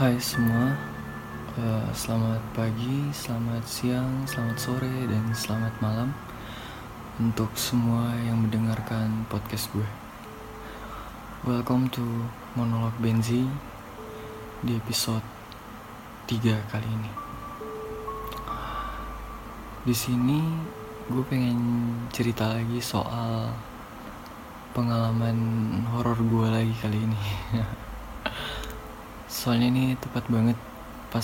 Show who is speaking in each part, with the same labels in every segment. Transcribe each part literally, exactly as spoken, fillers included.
Speaker 1: Hai semua, eh, selamat pagi, selamat siang, selamat sore, dan selamat malam untuk semua yang mendengarkan podcast gue. Welcome to Monolog Benzi di episode tiga kali ini. Di sini gue pengen cerita lagi soal pengalaman horor gue lagi kali ini. Soalnya ini tepat banget pas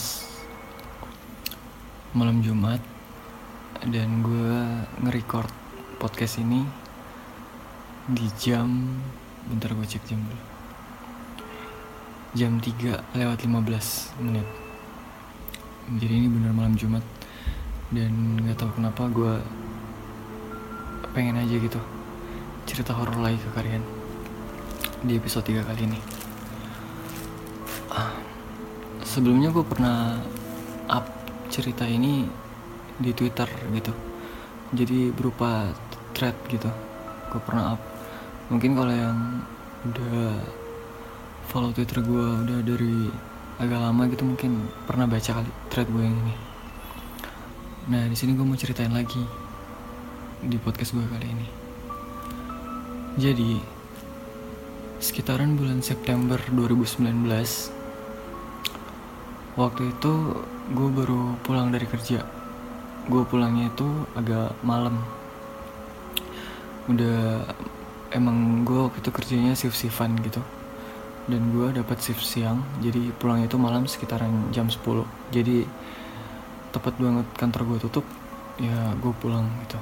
Speaker 1: malam Jumat dan gue nge-record podcast ini di jam, bentar gue cek jam dulu, jam tiga lewat lima belas menit. Jadi ini bener malam Jumat dan gak tahu kenapa gue pengen aja gitu cerita horor lagi ke kalian di episode tiga kali ini. Sebelumnya gue pernah up cerita ini di Twitter gitu, jadi berupa thread gitu. Gue pernah up. Mungkin kalau yang udah follow Twitter gue udah dari agak lama gitu mungkin pernah baca kali thread gue yang ini. Nah di sini gue mau ceritain lagi di podcast gue kali ini. Jadi sekitaran bulan September dua ribu sembilan belas, waktu itu gue baru pulang dari kerja. Gue pulangnya itu agak malam. Udah emang gue waktu itu kerjanya shift-shiftan gitu. Dan gue dapat shift siang, jadi pulangnya itu malam sekitaran jam sepuluh. Jadi tepat banget kantor gue tutup, ya gue pulang gitu.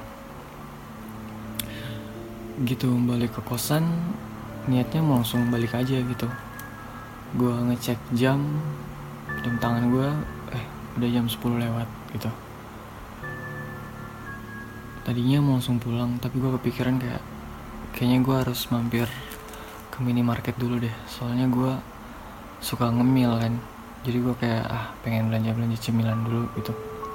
Speaker 1: Gitu balik ke kosan, niatnya mau langsung balik aja gitu. Gue ngecek jam, jam tangan gue, eh udah jam sepuluh lewat gitu. Tadinya mau langsung pulang, tapi gue kepikiran kayak kayaknya gue harus mampir ke minimarket dulu deh. Soalnya gue suka ngemil kan, jadi gue kayak ah pengen belanja-belanja cemilan dulu gitu.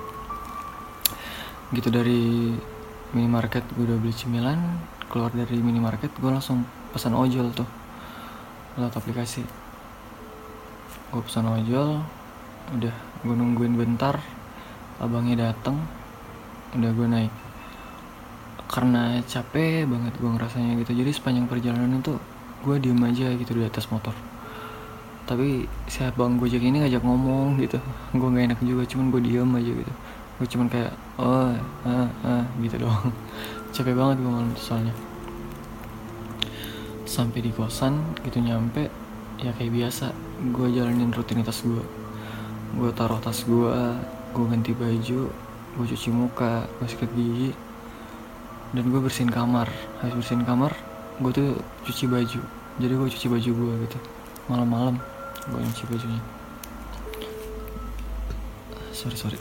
Speaker 1: Gitu dari minimarket gue udah beli cemilan, keluar dari minimarket gue langsung pesan ojol tuh lewat aplikasi. Gue pesan ojol, udah gue nungguin bentar, abangnya dateng, udah gue naik. Karena capek banget gue ngerasanya gitu, jadi sepanjang perjalanan itu gue diem aja gitu di atas motor. Tapi si abang gojek ini ngajak ngomong gitu, gue gak enak juga, cuman gue diem aja gitu. Gue cuman kayak oh ah ah gitu doang. Capek banget gue malam itu soalnya. Sampai di kosan gitu, nyampe ya kayak biasa gue jalanin rutinitas gue. Gue taruh tas gue, gue ganti baju, gue cuci muka, gue sikat gigi, dan gue bersihin kamar. Habis bersihin kamar, gue tuh cuci baju. Jadi gue cuci baju gue gitu malam-malam, gue cuci bajunya. Sorry sorry.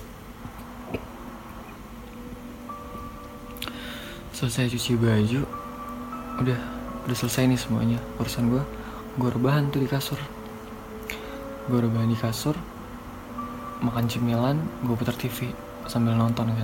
Speaker 1: Selesai cuci baju, udah udah selesai nih semuanya urusan gue. Gue rebahan tuh di kasur. Gue rebahan di kasur, makan cemilan, gue putar T V sambil nonton kan.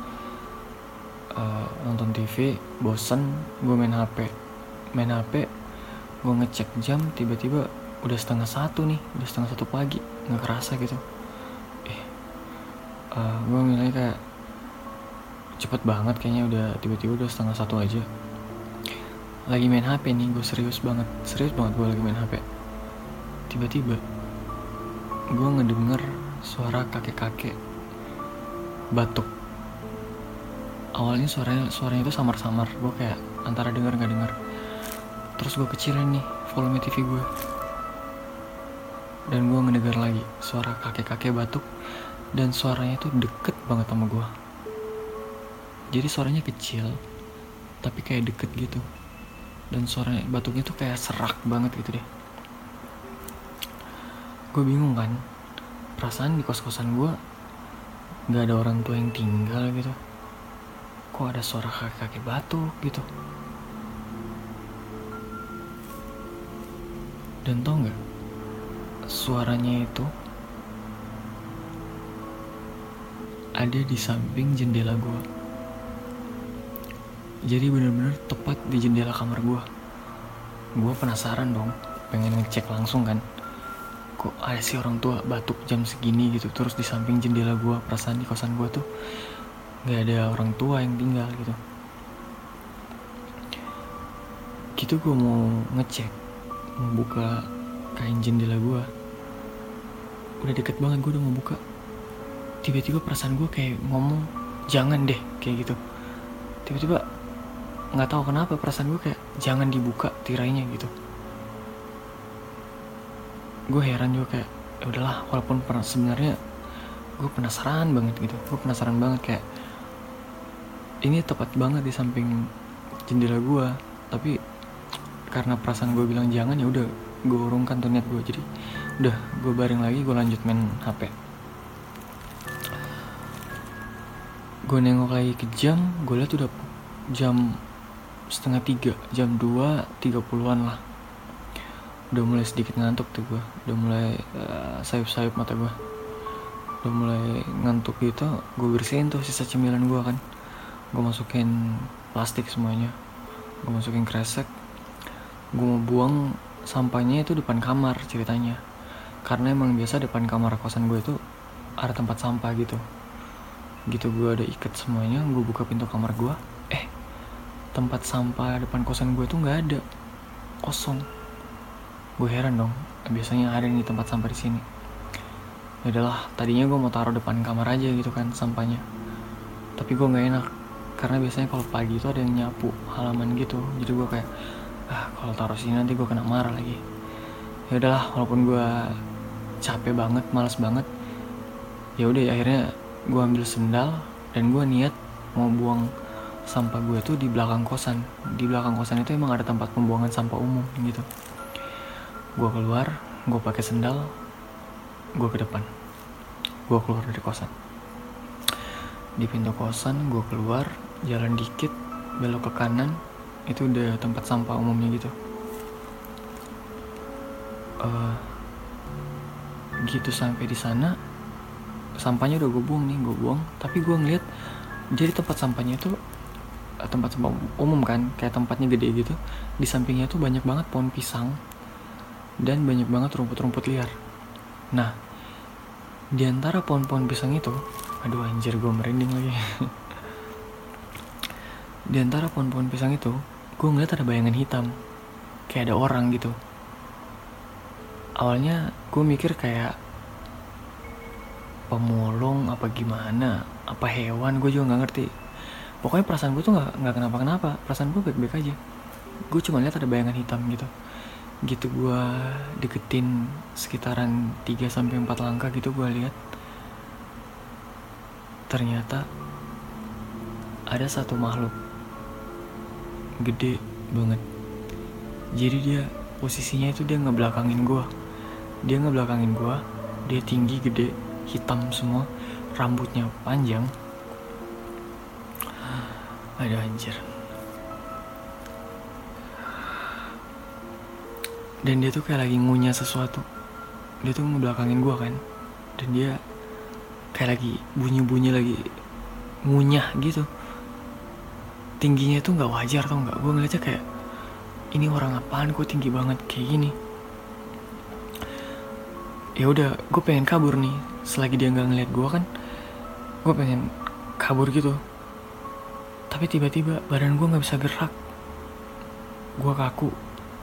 Speaker 1: Uh, nonton T V, bosen, gue main H P. Main H P, gue ngecek jam, tiba-tiba udah setengah satu nih, udah setengah satu pagi, nggak kerasa gitu. Eh, uh, gue nilai kayak cepet banget kayaknya, udah tiba-tiba udah setengah satu aja. Lagi main H P nih, gue serius banget, serius banget gue lagi main H P. Tiba-tiba gue ngedenger suara kakek-kakek batuk. Awalnya suaranya suaranya itu samar-samar, gue kayak antara denger nggak denger. Terus gue kecilin nih volume T V gue, dan gue ngedenger lagi suara kakek-kakek batuk, dan suaranya itu deket banget sama gue. Jadi suaranya kecil tapi kayak deket gitu, dan suara batuknya tuh kayak serak banget gitu deh. Gue bingung kan, perasaan di kos-kosan gue gak ada orang tua yang tinggal gitu, kok ada suara kakek-kakek batuk gitu. Dan tau gak, suaranya itu ada di samping jendela gue. Jadi bener-bener tepat di jendela kamar gue. Gue penasaran dong, pengen ngecek langsung kan, kok ada sih orang tua batuk jam segini gitu. Terus di samping jendela gue, perasaan di kosan gue tuh gak ada orang tua yang tinggal gitu. Gitu gue mau ngecek, mau buka kain jendela gue, udah deket banget, gue udah mau buka, tiba-tiba perasaan gue kayak ngomong jangan deh, kayak gitu. Tiba-tiba nggak tahu kenapa perasaan gue kayak jangan dibuka tirainya gitu. Gue heran juga kayak ya udahlah, walaupun pernah sebenarnya gue penasaran banget gitu, gue penasaran banget kayak ini tepat banget di samping jendela gue, tapi karena perasaan gue bilang jangan, ya udah gue urungkan tuh niat gue. Jadi udah gue baring lagi, gue lanjut main H P. Gue nengok lagi ke jam, gue liat udah jam setengah tiga, jam dua tiga puluhan lah. Udah mulai sedikit ngantuk tuh gue, udah mulai uh, sayup-sayup mata gue, udah mulai ngantuk gitu. Gue bersihin tuh sisa cemilan gue kan, gue masukin plastik semuanya, gue masukin kresek. Gue mau buang sampahnya itu depan kamar ceritanya, karena emang biasa depan kamar kosan gue itu ada tempat sampah gitu. Gitu gue ada ikat semuanya, gue buka pintu kamar gue, eh tempat sampah depan kosan gue tuh nggak ada, kosong. Gue heran dong, biasanya ada nih tempat sampah di sini. Ya udahlah, tadinya gue mau taruh depan kamar aja gitu kan sampahnya, tapi gue nggak enak karena biasanya kalau pagi itu ada yang nyapu halaman gitu. Jadi gue kayak ah kalau taruh sini nanti gue kena marah lagi. Ya udahlah, walaupun gue capek banget, malas banget, ya udah ya, akhirnya gue ambil sendal dan gue niat mau buang sampah gue tuh di belakang kosan. Di belakang kosan itu emang ada tempat pembuangan sampah umum gitu. Gue keluar, gue pakai sendal, gue ke depan, gue keluar dari kosan. Di pintu kosan gue keluar, jalan dikit, belok ke kanan, itu udah tempat sampah umumnya gitu. Uh, gitu sampai di sana, sampahnya udah gue buang nih, gue buang. Tapi gue ngeliat jadi tempat sampahnya itu tempat sampah umum kan, kayak tempatnya gede gitu. Di sampingnya tuh banyak banget pohon pisang dan banyak banget rumput-rumput liar. Nah, di antara pohon-pohon pisang itu, aduh anjir gue merinding lagi. Di antara pohon-pohon pisang itu, gue ngeliat ada bayangan hitam, kayak ada orang gitu. Awalnya gue mikir kayak pemulung apa gimana, apa hewan, gue juga nggak ngerti. Pokoknya perasaan gue tuh nggak nggak kenapa-kenapa, perasaan gue baik-baik aja. Gue cuma lihat ada bayangan hitam gitu. Gitu gue deketin sekitaran tiga sampai empat langkah gitu, gue lihat ternyata ada satu makhluk gede banget. Jadi dia posisinya itu dia ngebelakangin gue. Dia ngebelakangin gue. Dia tinggi, gede, hitam semua, rambutnya panjang. Ada anjir. Dan dia tuh kayak lagi ngunyah sesuatu. Dia tuh ngebelakangin gue kan, dan dia kayak lagi bunyi-bunyi lagi ngunyah gitu. Tingginya tuh nggak wajar, tau nggak? Gue ngeliatnya kayak ini orang apaan kok tinggi banget kayak gini. Ya udah, gue pengen kabur nih. Selagi dia nggak ngeliat gue kan, gue pengen kabur gitu. Tapi tiba-tiba badan gue nggak bisa gerak. Gue kaku.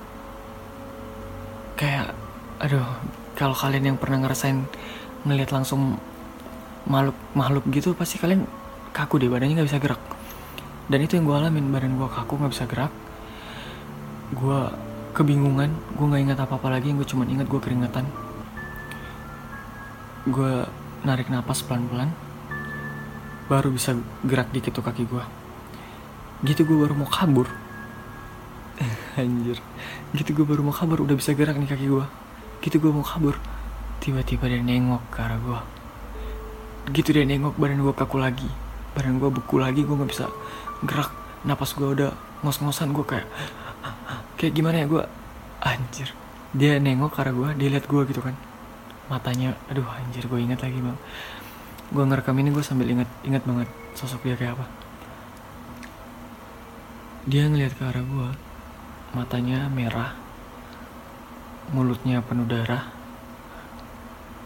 Speaker 1: Kayak, aduh, kalau kalian yang pernah ngerasain ngelihat langsung makhluk makhluk gitu, pasti kalian kaku deh, badannya nggak bisa gerak. Dan itu yang gue alamin, badan gue kaku, nggak bisa gerak. Gue kebingungan, gue nggak ingat apa-apa lagi, gue cuma ingat gue keringetan. Gue narik napas pelan-pelan, baru bisa gerak dikit tuh kaki gue. Gitu gue baru mau kabur. Anjir. Gitu gue baru mau kabur, udah bisa gerak nih kaki gue. Gitu gue mau kabur, tiba-tiba dia nengok ke arah gue. Gitu dia nengok, badan gue kaku lagi, badan gue beku lagi, gue nggak bisa gerak. Napas gue udah ngos-ngosan, gue kayak kayak gimana ya gue. Anjir. Dia nengok ke arah gue, dia lihat gue gitu kan, matanya, aduh anjir, gue ingat lagi bang. Gue ngerekam ini gue sambil ingat ingat banget sosok dia kayak apa. Dia ngeliat ke arah gue, matanya merah, mulutnya penuh darah,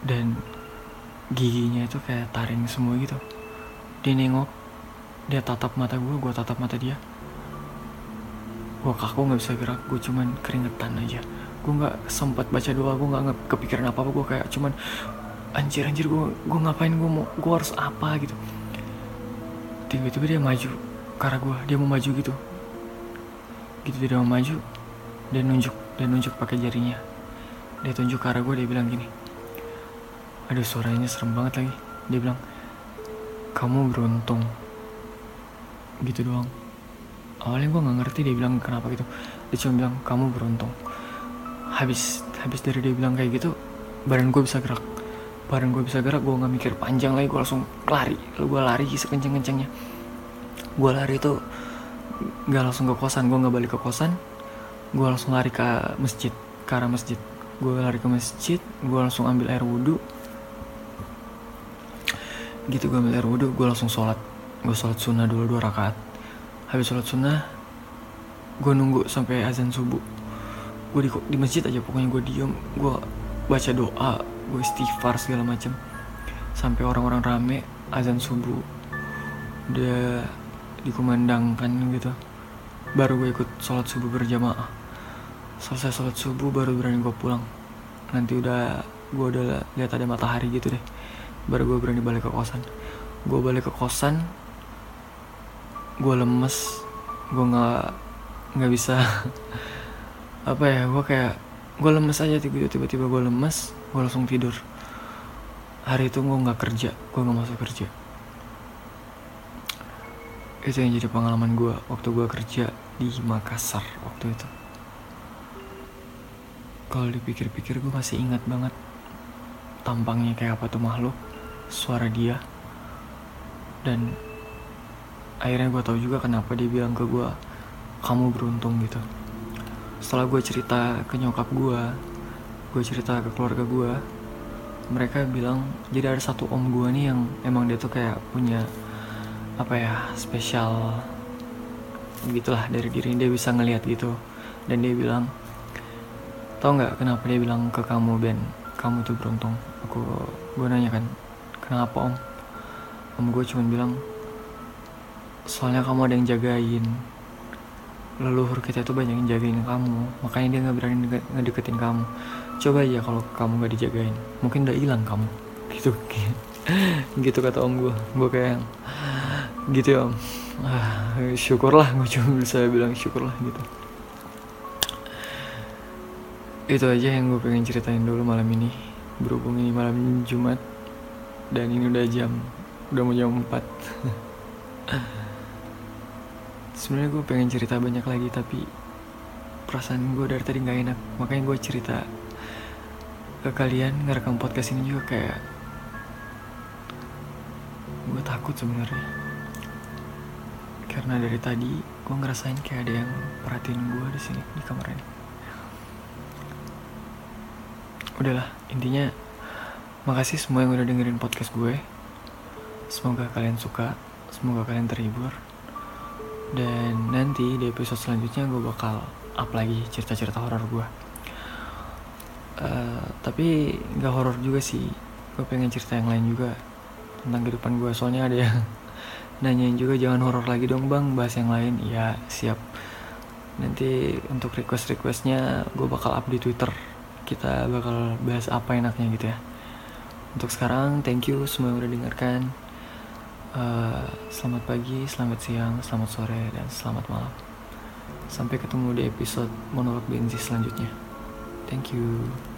Speaker 1: dan giginya itu kayak taring semua gitu. Dia nengok, dia tatap mata gue, gue tatap mata dia. Gue kaku nggak bisa gerak, gue cuman keringetan aja. Gue nggak sempat baca doa, gue nggak kepikiran apa apa. Gue kayak cuman anjir anjir gue gue ngapain, gue mau gue harus apa gitu. Tiba-tiba dia maju ke arah gue, dia mau maju gitu. Gitu dia mau maju, dia nunjuk, dia nunjuk pakai jarinya. Dia tunjuk ke arah gue, dia bilang gini. Aduh, suaranya serem banget lagi. Dia bilang, kamu beruntung. Gitu doang. Awalnya gue nggak ngerti dia bilang kenapa gitu. Dia cuma bilang kamu beruntung. Habis habis dari dia bilang kayak gitu, badan gue bisa gerak. Badan gue bisa gerak, gue nggak mikir panjang lagi, gue langsung lari. Lalu gue lari sekenceng-kencengnya. Gue lari tuh nggak langsung ke kosan, gue nggak balik ke kosan. Gue langsung lari ke masjid, ke arah masjid. Gue lari ke masjid, gue langsung ambil air wudhu. Gitu gue ambil air wudhu, gue langsung sholat. Gue sholat sunnah dulu dua rakaat. Habis sholat sunnah, gue nunggu sampai azan subuh. Gue di, di masjid aja, pokoknya gue diem, gue baca doa, gue istighfar segala macam. Sampai orang-orang rame, azan subuh udah dikumandangkan gitu. Baru gue ikut sholat subuh berjamaah. Selesai sholat subuh baru berani gue pulang. Nanti udah gue udah lihat ada matahari gitu deh, baru gue berani balik ke kosan. Gue balik ke kosan, gue lemes, gue nggak nggak bisa apa ya, gue kayak gue lemes aja. Tiba-tiba gue lemes, gue langsung tidur. Hari itu gue nggak kerja, gue nggak masuk kerja. Itu yang jadi pengalaman gue waktu gue kerja di Makassar waktu itu. Kalau dipikir-pikir gue masih ingat banget tampangnya kayak apa tuh makhluk, suara dia, dan akhirnya gue tahu juga kenapa dia bilang ke gue kamu beruntung gitu. Setelah gue cerita ke nyokap gue, gue cerita ke keluarga gue, mereka bilang jadi ada satu om gue nih yang emang dia tuh kayak punya apa ya, spesial gitulah dari diri dia, bisa ngelihat gitu. Dan dia bilang, tau nggak kenapa dia bilang ke kamu Ben, kamu tuh beruntung. Aku gue nanya kan, kenapa om? Om gue cuma bilang, soalnya kamu ada yang jagain. Leluhur kita tuh banyak yang jagain kamu, makanya dia nggak berani ngedeketin kamu. Coba aja kalau kamu nggak dijagain, mungkin udah hilang kamu. Gitu, gitu kata om gue. Gue kayak gitu ya om. Ah, syukurlah, gue cuma bisa bilang syukurlah gitu. Itu aja yang gue pengen ceritain dulu malam ini. Berhubung ini malam Jumat dan ini udah jam udah mau jam empat. Sebenarnya gue pengen cerita banyak lagi, tapi perasaan gue dari tadi nggak enak. Makanya gue cerita ke kalian, ngerekam podcast ini juga kayak gue takut sebenarnya. Karena dari tadi gue ngerasain kayak ada yang perhatiin gue di sini di kamar ini. Udahlah, intinya makasih semua yang udah dengerin podcast gue. Semoga kalian suka, semoga kalian terhibur. Dan nanti di episode selanjutnya gue bakal up lagi cerita-cerita horor gue. Uh, tapi gak horor juga sih, gue pengen cerita yang lain juga tentang kehidupan gue. Soalnya ada yang nanyain juga, jangan horor lagi dong bang, bahas yang lain. Ya siap. Nanti untuk request-requestnya gue bakal up di Twitter. Kita bakal bahas apa enaknya gitu ya. Untuk sekarang, thank you semua yang udah dengarkan. Uh, selamat pagi, selamat siang, selamat sore, dan selamat malam. Sampai ketemu di episode monolog Benzi selanjutnya. Thank you.